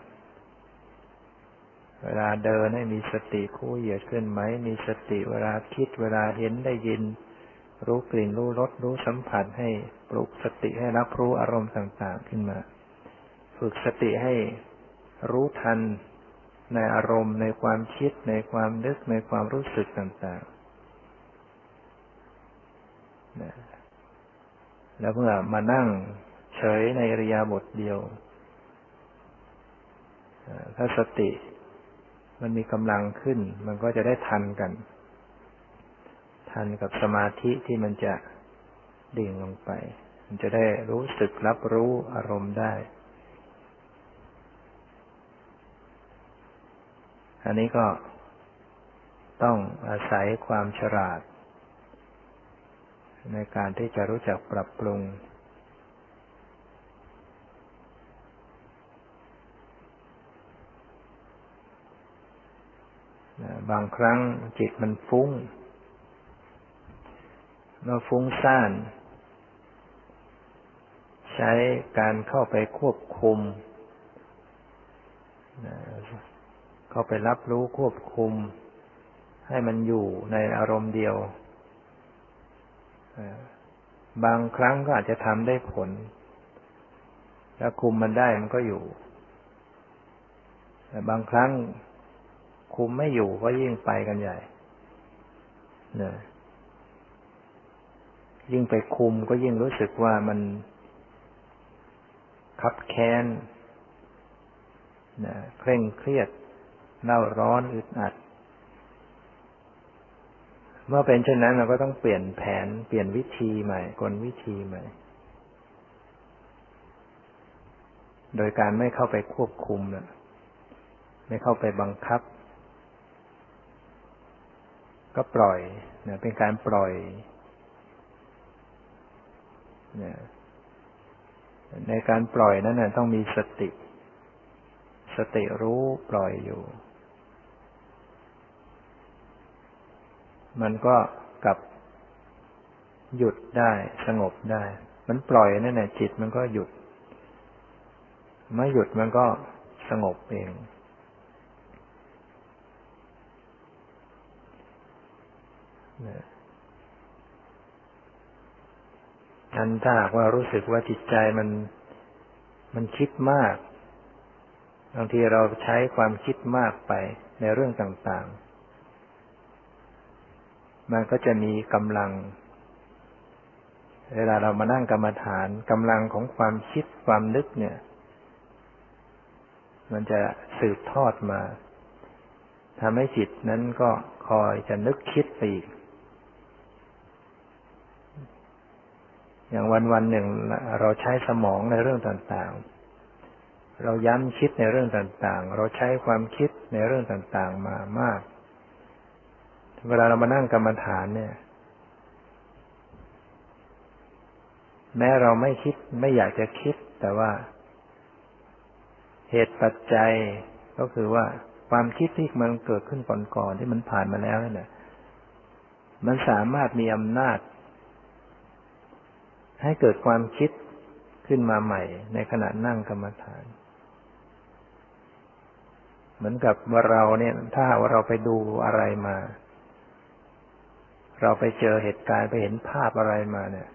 เวลาเดินให้มีสติคู่เหยียดเคลื่อนไหวมีสติเวลาคิดเวลาเห็นได้ยินรู้กลิ่นรู้รสรู้สัมผัสให้ปลุกสติให้รับรู้อารมณ์ต่างๆขึ้นมาฝึกสติให้รู้ทันในอารมณ์ในความคิดในความนึกในความรู้สึกต่างๆแล้วเมื่อมานั่งเฉยในอิริยาบถเดียวถ้าสติมันมีกำลังขึ้นมันก็จะได้ทันกันทันกับสมาธิที่มันจะดิ่งลงไปมันจะได้รู้สึกรับรู้อารมณ์ได้อันนี้ก็ต้องอาศัยความฉลาดในการที่จะรู้จักปรับปรุงบางครั้งจิตมันฟุ้งเมื่อฟุ้งซ่านใช้การเข้าไปควบคุมเข้าไปรับรู้ควบคุมให้มันอยู่ในอารมณ์เดียวบางครั้งก็อาจจะทำได้ผลถ้าคุมมันได้มันก็อยู่แต่บางครั้งคุมไม่อยู่ก็ยิ่งไปกันใหญ่เนี่ยยิ่งไปคุมก็ยิ่งรู้สึกว่ามันคับแค้นนะเคร่งเครียดเล่าร้อนอึดอัดเมื่อเป็นเช่นนั้นเราก็ต้องเปลี่ยนแผนเปลี่ยนวิธีใหม่กลวิธีใหม่โดยการไม่เข้าไปควบคุมนะไม่เข้าไปบังคับก็ปล่อยนะเป็นการปล่อยนะในการปล่อยนั้นนะต้องมีสติสติรู้ปล่อยอยู่มันก็กลับหยุดได้สงบได้มันปล่อยนั่นแหละจิตมันก็หยุดเมื่อหยุดมันก็สงบเองอันถ้าหากว่ารู้สึกว่าจิตใจมันมันคิดมากบางทีเราใช้ความคิดมากไปในเรื่องต่างๆมันก็จะมีกำลังเวลาเรามานั่งกรรมฐานกำลังของความคิดความนึกเนี่ยมันจะสืบทอดมาทำให้จิตนั้นก็คอยจะนึกคิดไปอีกอย่างวันวันหนึ่งเราใช้สมองในเรื่องต่างๆเราย้ำคิดในเรื่องต่างๆเราใช้ความคิดในเรื่องต่างๆมามากเวลาเรามานั่งกรรมฐานเนี่ยแม้เราไม่คิดไม่อยากจะคิดแต่ว่าเหตุปัจจัยก็คือว่าความคิดที่มันเกิดขึ้นก่อนๆที่มันผ่านมาแล้วนั่นแหละมันสามารถมีอำนาจให้เกิดความคิดขึ้นมาใหม่ในขณะนั่งกรรมฐานเหมือนกับว่าเราเนี่ยถ้าว่าเราไปดูอะไรมาเราไปเจอเหตุการณ์ไปเห็นภาพอะไรมาเนี่ย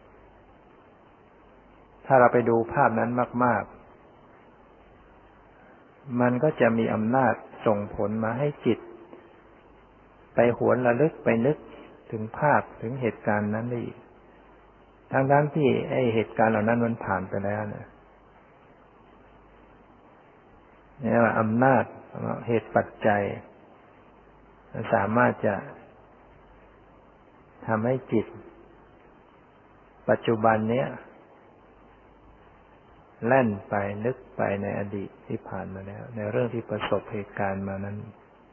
ถ้าเราไปดูภาพนั้นมากๆมันก็จะมีอำนาจส่งผลมาให้จิตไปหวนระลึกไปนึกถึงภาพถึงเหตุการณ์นั้นได้อีกทั้งๆที่ไอ้เหตุการณ์เหล่านั้นมันผ่านไปแล้วเนี่ยนี่ว่าอำนาจเหตุปัจจัยมันสามารถจะทำให้จิตปัจจุบันเนี้ยแล่นไปนึกไปในอดีตที่ผ่านมาแล้วในเรื่องที่ประสบเหตุการณ์มานั้น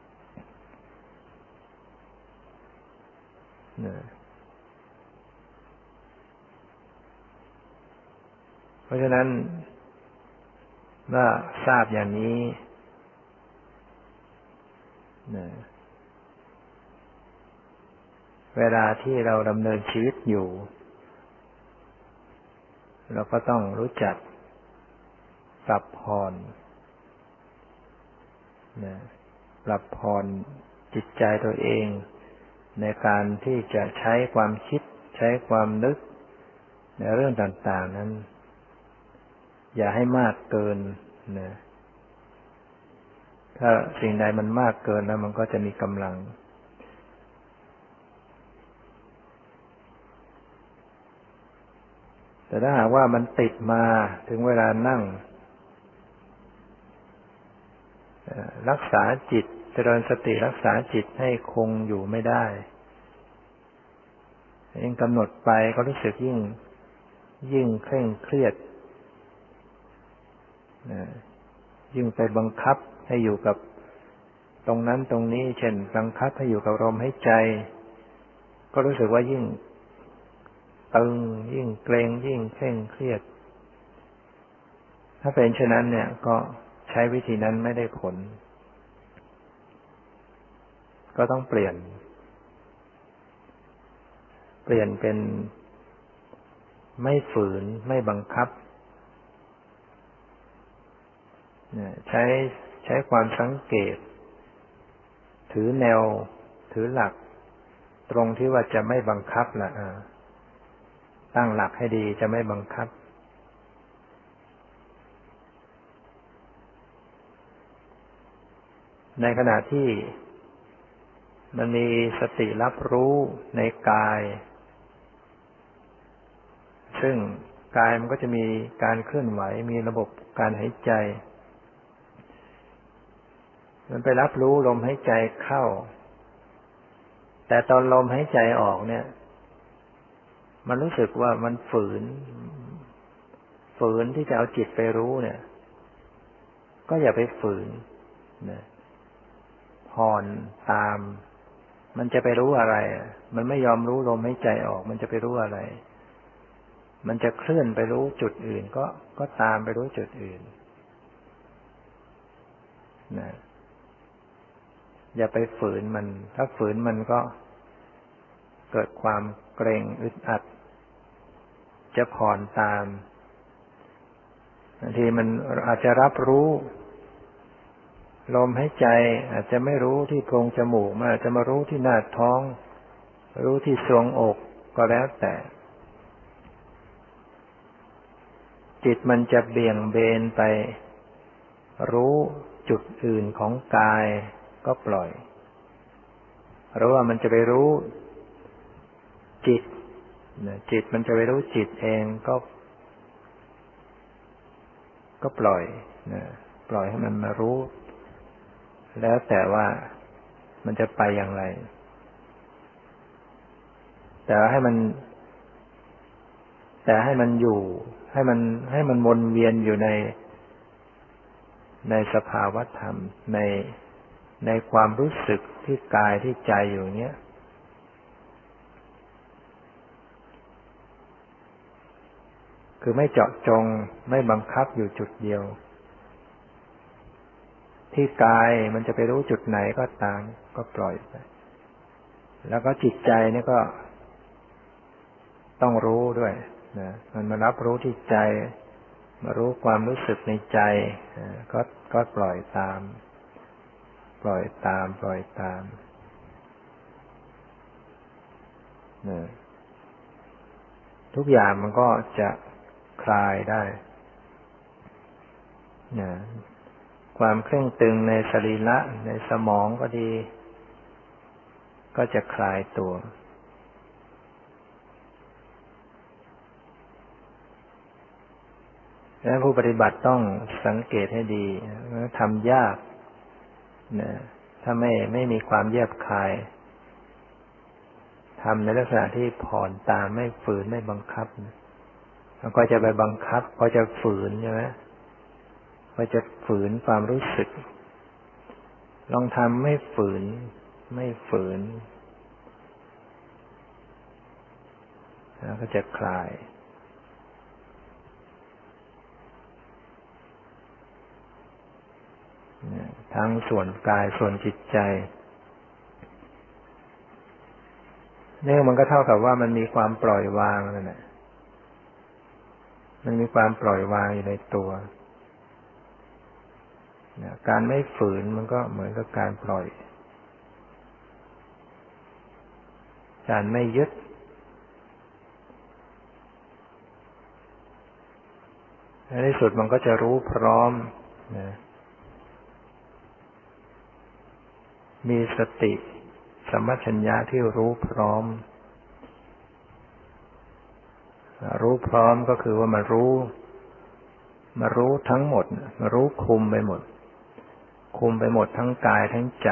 เนี่ยเพราะฉะนั้นเมื่อทราบอย่างนี้เนี่ยเวลาที่เราดำเนินชีวิตอยู่เราก็ต้องรู้จักปรับผ่อนนะปรับผ่อนจิตใจตัวเองในการที่จะใช้ความคิดใช้ความนึกในเรื่องต่างๆนั้นอย่าให้มากเกินนะถ้าสิ่งใดมันมากเกินแล้วมันก็จะมีกำลังแต่ถ้าหากว่ามันติดมาถึงเวลานั่งรักษาจิตเจริญสติรักษาจิตให้คงอยู่ไม่ได้ยิ่งกำหนดไปก็รู้สึกยิ่งยิ่งเคร่งเครียดยิ่งไปบังคับให้อยู่กับตรงนั้นตรงนี้เช่นบังคับให้อยู่กับลมหายใจก็รู้สึกว่ายิ่งตึงยิ่งเกร็งยิ่งเคร่งเครียดถ้าเป็นเช่นนั้นเนี่ยก็ใช้วิธีนั้นไม่ได้ผลก็ต้องเปลี่ยนเปลี่ยนเป็นไม่ฝืนไม่บังคับใช้ใช้ความสังเกตถือแนวถือหลักตรงที่ว่าจะไม่บังคับล่ะตั้งหลักให้ดีจะไม่บังคับในขณะที่มันมีสติรับรู้ในกายซึ่งกายมันก็จะมีการเคลื่อนไหวมีระบบการหายใจมันไปรับรู้ลมหายใจเข้าแต่ตอนลมหายใจออกเนี่ยมันรู้สึกว่ามันฝืนฝืนที่จะเอาจิตไปรู้เนี่ยก็อย่าไปฝืนนะผ่อนตามมันจะไปรู้อะไรมันไม่ยอมรู้ลมหายใจออกมันจะไปรู้อะไรมันจะเคลื่อนไปรู้จุดอื่นก็ก็ตามไปรู้จุดอื่นนะอย่าไปฝืนมันถ้าฝืนมันก็เกิดความเกร็งอึดอัดจะผ่อนตามบางทีมันอาจจะรับรู้ลมหายใจอาจจะไม่รู้ที่โพรงจมูกมันอาจจะมารู้ที่หน้าท้องรู้ที่ทรวงอกก็แล้วแต่จิตมันจะเบี่ยงเบนไปรู้จุดอื่นของกายก็ปล่อยหรือว่ามันจะไปรู้จิตจิตมันจะไปรู้จิตเองก็ก็ปล่อยนะปล่อยให้มันมารู้แล้วแต่ว่ามันจะไปอย่างไรแต่ให้มันแต่ให้มันอยู่ให้มันให้มันวนเวียนอยู่ในในสภาวะธรรมในในความรู้สึกที่กายที่ใจอยู่เนี้ยคือไม่เจาะจงไม่บังคับอยู่จุดเดียวที่กายมันจะไปรู้จุดไหนก็ตามก็ปล่อยไปแล้วก็จิตใจนี่ก็ต้องรู้ด้วยนะมันมารับรู้ที่ใจมารู้ความรู้สึกในใจก็ก็ปล่อยตามปล่อยตามปล่อยตามนะทุกอย่างมันก็จะคลายได้นะความเคร่งตึงในสรีระในสมองก็ดีก็จะคลายตัวและผู้ปฏิบัติต้องสังเกตให้ดีทำยากนะถ้าไม่ไม่มีความแยบคายทำในลักษณะที่ผ่อนตามไม่ฝืนไม่บังคับแล้วก็จะไปบังคับก็จะฝืนใช่ไหมก็จะฝืนความรู้สึกลองทำไม่ฝืนไม่ฝืนแล้วก็จะคลายทั้งส่วนกายส่วนจิตใจนี่มันก็เท่ากับว่ามันมีความปล่อยวางนั่นแหละมันมีความปล่อยวางอยู่ในตัวการไม่ฝืนมันก็เหมือนกับการปล่อยการไม่ยึดในที่สุดมันก็จะรู้พร้อมนะมีสติสัมปชัญญะที่รู้พร้อมรู้พร้อมก็คือว่ามารู้มารู้ทั้งหมดมารู้คุมไปหมดคุมไปหมดทั้งกายทั้งใจ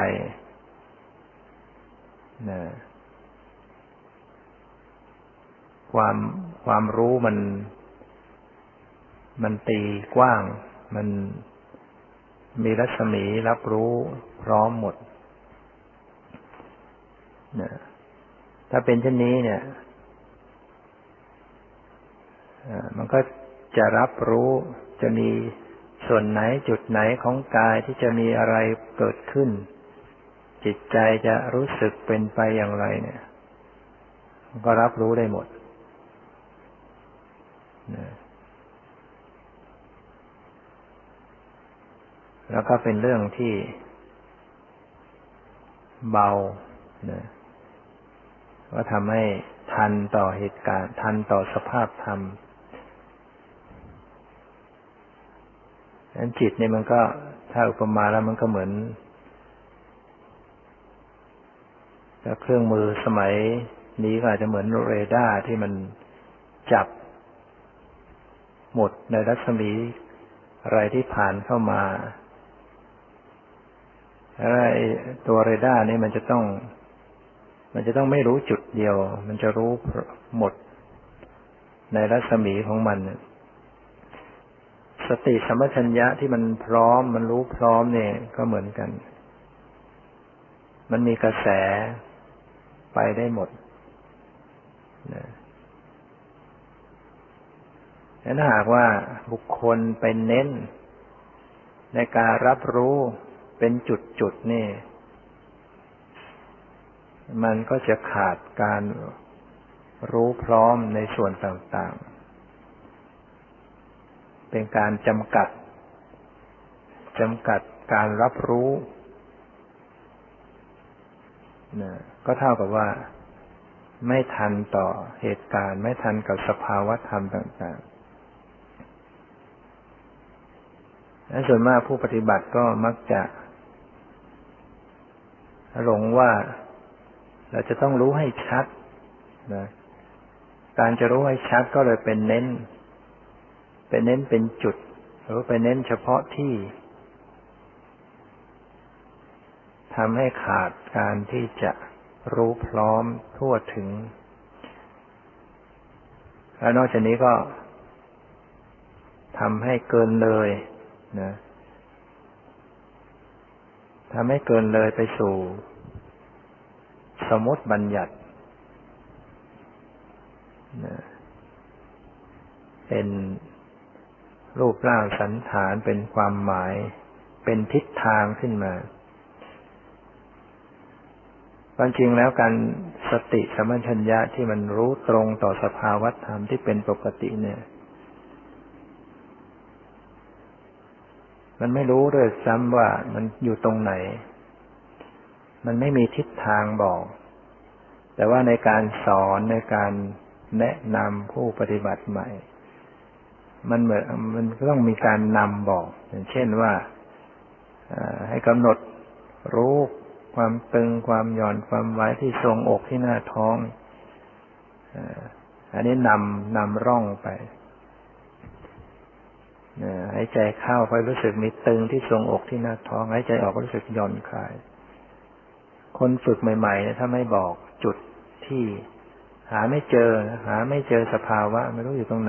นะความความรู้มันมันตีกว้างมันมีรัศมีรับรู้พร้อมหมดนะถ้าเป็นเช่นนี้เนี่ยมันก็จะรับรู้จะมีส่วนไหนจุดไหนของกายที่จะมีอะไรเกิดขึ้นจิตใจจะรู้สึกเป็นไปอย่างไรเนี่ยมันก็รับรู้ได้หมดนะแล้วก็เป็นเรื่องที่เบานะก็ทำให้ทันต่อเหตุการณ์ทันต่อสภาพธรรมนั้นจิตเนี่ยมันก็ถ้าอุปมาแล้วมันก็เหมือนกับเครื่องมือสมัยนี้ก็อาจจะเหมือนเรดาร์ที่มันจับหมดในรัศมีอะไรที่ผ่านเข้ามาแล้วไอ้ตัวเรดาร์นี่มันจะต้องมันจะต้องไม่รู้จุดเดียวมันจะรู้หมดในรัศมีของมันสติสัมปชัญญะที่มันพร้อมมันรู้พร้อมเนี่ยก็เหมือนกันมันมีกระแสไปได้หมดนะถ้าหากว่าบุคคลไปเน้นในการรับรู้เป็นจุดๆนี่มันก็จะขาดการรู้พร้อมในส่วนต่างๆเป็นการจำกัดจำกัดการรับรู้นะก็เท่ากับว่าไม่ทันต่อเหตุการณ์ไม่ทันกับสภาวะธรรมต่างและส่วนมากผู้ปฏิบัติก็มักจะหลงว่าเราจะต้องรู้ให้ชัดนะการจะรู้ให้ชัดก็เลยเป็นเน้นเป็นเน้นเป็นจุดหรือไปเน้นเฉพาะที่ทำให้ขาดการที่จะรู้พร้อมทั่วถึงและนอกจากนี้ก็ทำให้เกินเลยนะทำให้เกินเลยไปสู่สมมติบัญญัตินะเป็นรูปร่างสันฐานเป็นความหมายเป็นทิศทางขึ้นมาความจริงแล้วการสติสัมปชัญญะที่มันรู้ตรงต่อสภาวะธรรมที่เป็นปกติเนี่ยมันไม่รู้ด้วยซ้ำว่ามันอยู่ตรงไหนมันไม่มีทิศทางบอกแต่ว่าในการสอนในการแนะนำผู้ปฏิบัติใหม่มันเหมือนมันก็ต้องมีการนำบอกอย่างเช่นว่าให้กำหนดรู้ความตึงความหย่อนความไว้ที่ทรวงอกที่หน้าท้องอันนี้นำนำร่องไปหายใจเข้าไปรู้สึกมีตึงที่ทรวงอกที่หน้าท้องหายใจออกรู้สึกหย่อนคลายคนฝึกใหม่ๆถ้าไม่บอกจุดที่หาไม่เจอหาไม่เจอสภาวะไม่รู้อยู่ตรงไหน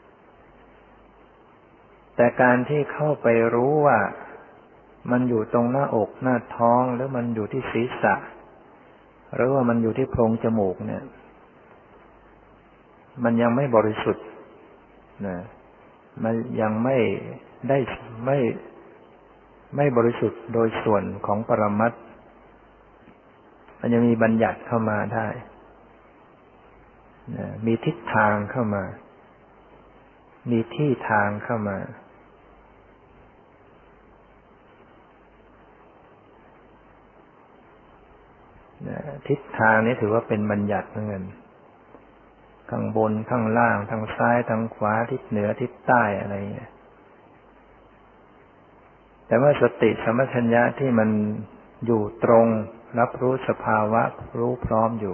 แต่การที่เข้าไปรู้ว่ามันอยู่ตรงหน้าอกหน้าท้องหรือมันอยู่ที่ศีรษะหรือว่ามันอยู่ที่โพรงจมูกเนี่ยมันยังไม่บริสุทธิ์นะมันยังไม่ได้ไม่ไม่บริสุทธิ์โดยส่วนของปรมัตถ์มันยังมีบัญญัติเข้ามาได้นะมีทิศทางเข้ามามีที่ทางเข้ามาทิศทางนี้ถือว่าเป็นบัญญัติเหมือนกันข้างบนข้างล่างทางซ้ายทางขวาทิศเหนือทิศใต้อะไรอย่างเงี้ยแต่ว่าสติสัมปชัญญะที่มันอยู่ตรงรับรู้สภาวะรู้พร้อมอยู่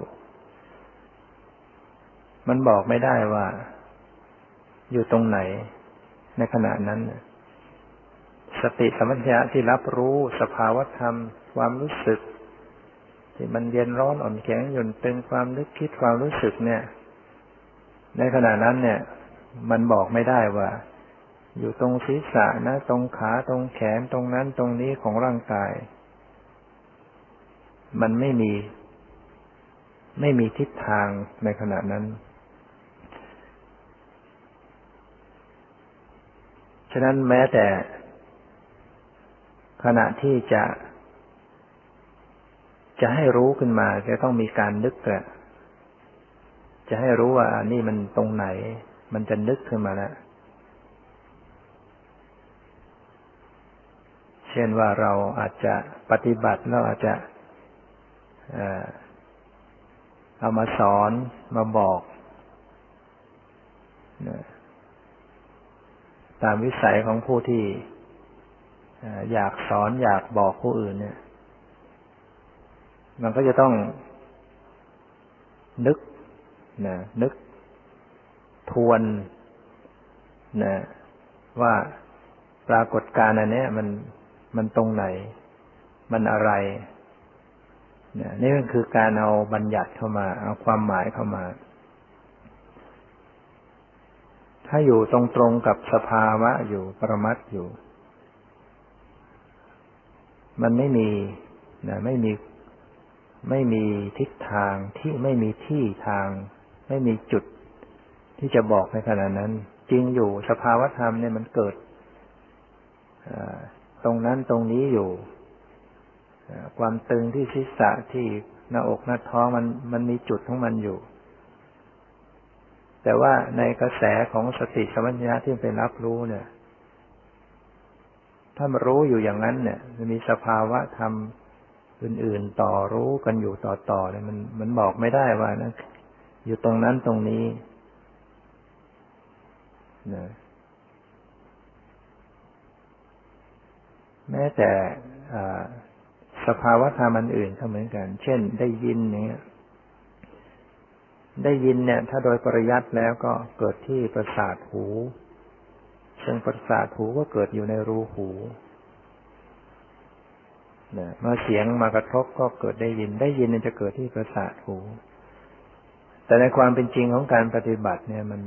มันบอกไม่ได้ว่าอยู่ตรงไหนในขณะนั้นสติสัมปชัญญะที่รับรู้สภาวะธรรมความรู้สึกที่มันเย็นร้อนอ่อนแข็งหย่อนตึงความนึกคิดความรู้สึกเนี่ยในขณะนั้นเนี่ยมันบอกไม่ได้ว่าอยู่ตรงศีรษะนะตรงขาตรงแขนตรงนั้นตรงนี้ของร่างกายมันไม่มีไม่มีทิศทางในขณะนั้นฉะนั้นแม้แต่ขณะที่จะจะให้รู้ขึ้นมาจะต้องมีการนึกแหละจะให้รู้ว่านี่มันตรงไหนมันจะนึกขึ้นมาแล้วเช่นว่าเราอาจจะปฏิบัติเราอาจจะเอามาสอนมาบอกตามวิสัยของผู้ที่อยากสอนอยากบอกผู้อื่นเนี่ยมันก็จะต้องนึกนะนึกทวนนะว่าปรากฏการณ์อันนี้มันมันตรงไหนมันอะไรนะนี่ก็คือการเอาบัญญัติเข้ามาเอาความหมายเข้ามาถ้าอยู่ตรงๆกับสภาวะอยู่ปรมัตถ์อยู่มันไม่มีนะไม่มีไม่มีทิศทางที่ไม่มีที่ทางไม่มีจุดที่จะบอกในขณะนั้นจริงอยู่สภาวธรรมเนี่ยมันเกิดตรงนั้นตรงนี้อยู่ความตึงที่ศีรษะที่หน้าอกหน้าท้องมันมันมีจุดของมันอยู่แต่ว่าในกระแสของสติสัมปชัญญะที่ไปรับรู้เนี่ยถ้ามันรู้อยู่อย่างนั้นเนี่ยมันมีสภาวะธรรมอื่นๆต่อรู้กันอยู่ต่อๆเนี่ยมันมันบอกไม่ได้ว่านะอยู่ตรงนั้นตรงนี้นะแม้แต่สภาวะธรรมอันอื่นก็เหมือนกันเช่นได้ยินเนี้ยได้ยินเนี่ยถ้าโดยปริยัติแล้วก็เกิดที่ประสาทหูซึ่งประสาทหูก็เกิดอยู่ในรูหูเนี่ยเมื่อเสียงมากระทบก็เกิดได้ยินได้ยินเนี่ยจะเกิดที่ประสาทหูแต่ในความเป็นจริงของการปฏิบัติเนี่ยมัน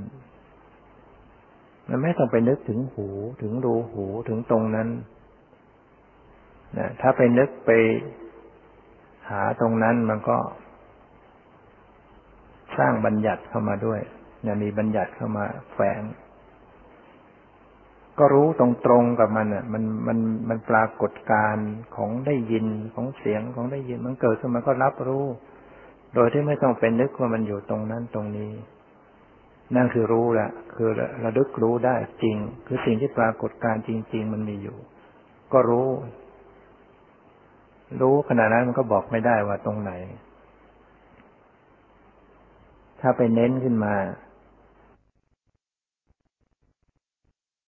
มันไม่ต้องไปนึกถึงหูถึงรูหูถึงตรงนั้นนะถ้าไปนึกไปหาตรงนั้นมันก็สร้างบัญญัติเข้ามาด้วยเนี่ยมีบัญญัติเข้ามาแฝงก็รู้ตรงๆกับมันอ่ะมันมันมันปรากฏการณ์ของได้ยินของเสียงของได้ยินมันเกิดขึ้นมาก็รับรู้โดยที่ไม่ต้องเป็นนึกว่ามันอยู่ตรงนั้นตรงนี้นั่นคือรู้แหละคือระลึกรู้ได้จริงคือสิ่งที่ปรากฏการณ์จริงๆมันมีอยู่ก็รู้รู้ขณะนั้นมันก็บอกไม่ได้ว่าตรงไหนถ้าไปเน้นขึ้นมา